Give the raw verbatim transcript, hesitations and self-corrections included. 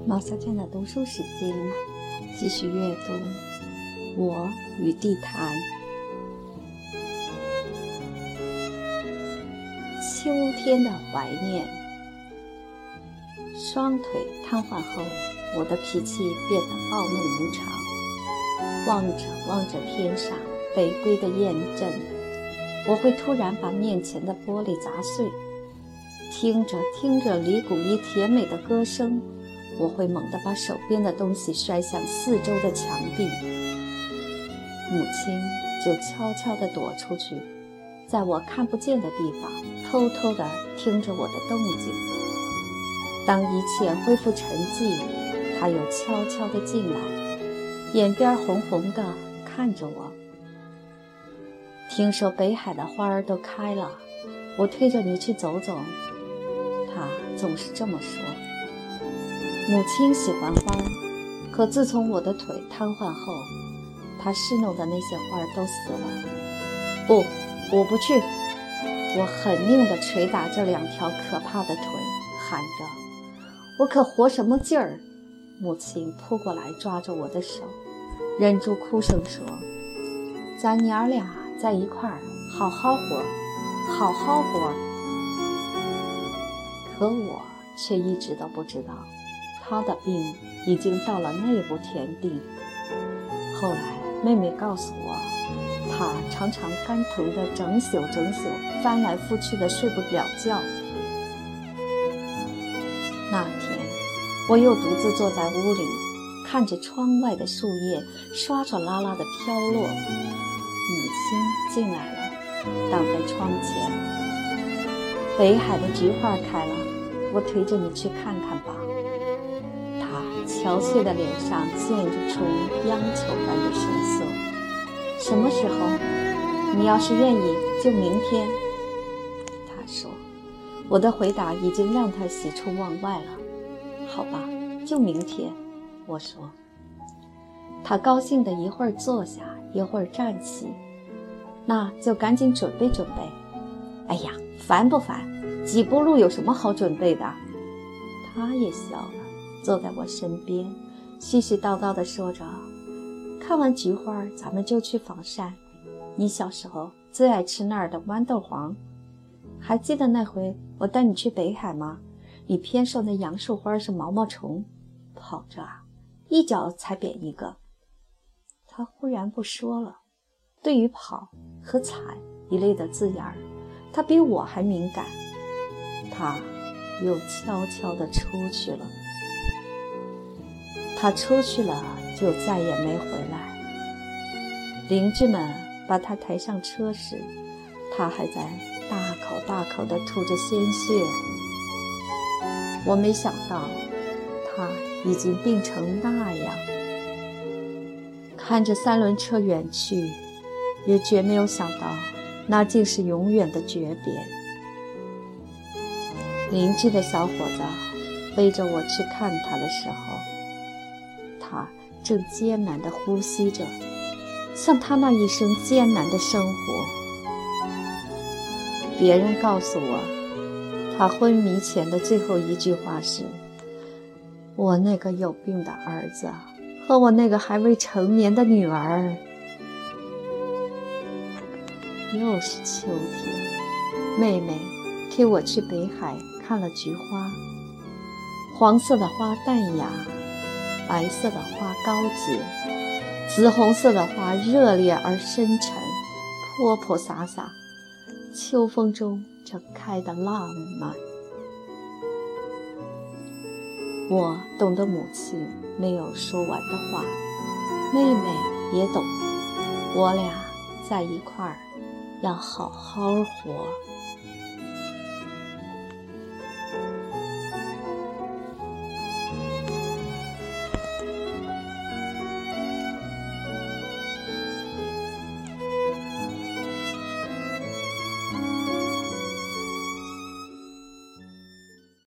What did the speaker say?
毛小娟的读书时间，继续阅读《我与地坛》。秋天的怀念。双腿瘫痪后，我的脾气变得暴怒无常。望着望着天上北归的雁阵，我会突然把面前的玻璃砸碎；听着听着李谷一甜美的歌声，我会猛地把手边的东西摔向四周的墙壁。母亲就悄悄地躲出去，在我看不见的地方偷偷地听着我的动静。当一切恢复沉寂，她又悄悄地进来，眼边红红的看着我。听说北海的花儿都开了，我推着你去走走。她总是这么说。母亲喜欢花儿，可自从我的腿瘫痪后，她侍弄的那些花儿都死了。不，我不去！我狠命地捶打这两条可怕的腿，喊着：我可活什么劲儿！母亲扑过来抓着我的手，忍住哭声说：咱娘俩在一块儿，好好活，好好活。可我却一直都不知道，她的病已经到了那步田地。后来妹妹告诉我，她常常肝疼的整宿整宿，翻来覆去的睡不了觉。那天我又独自坐在屋里，看着窗外的树叶刷刷啦啦的飘落。母亲进来了，挡在窗前。北海的菊花开了，我推着你去看看吧。她憔悴的脸上现出央求般的神色。什么时候？你要是愿意，就明天。她说。我的回答已经让她喜出望外了。好吧，就明天，我说。她高兴地一会儿坐下，一会儿站起。那就赶紧准备准备。哎呀，烦不烦？几步路有什么好准备的？她也笑了，坐在我身边，絮絮叨叨地说着：看完菊花，咱们就去房山。你小时候最爱吃那儿的豌豆黄，还记得那回我带你去北海吗？你偏说那杨树花是毛毛虫，跑着啊，一脚踩扁一个。他忽然不说了。对于跑和踩一类的字眼儿，他比我还敏感。他又悄悄地出去了。他出去了，就再也没回来。邻居们把他抬上车时，他还在大口大口地吐着鲜血。我没想到他已经病成那样。看着三轮车远去，也绝没有想到那竟是永远的诀别。邻居的小伙子背着我去看他的时候，他正艰难地呼吸着，像他那一生艰难的生活。别人告诉我，他昏迷前的最后一句话是：我那个有病的儿子和我那个还未成年的女儿。又是秋天，妹妹推我去北海看了菊花。黄色的花淡雅，白色的花高洁，紫红色的花热烈而深沉，泼泼洒洒，秋风中正开得浪漫。我懂得母亲没有说完的话，妹妹也懂，我俩在一块儿要好好活。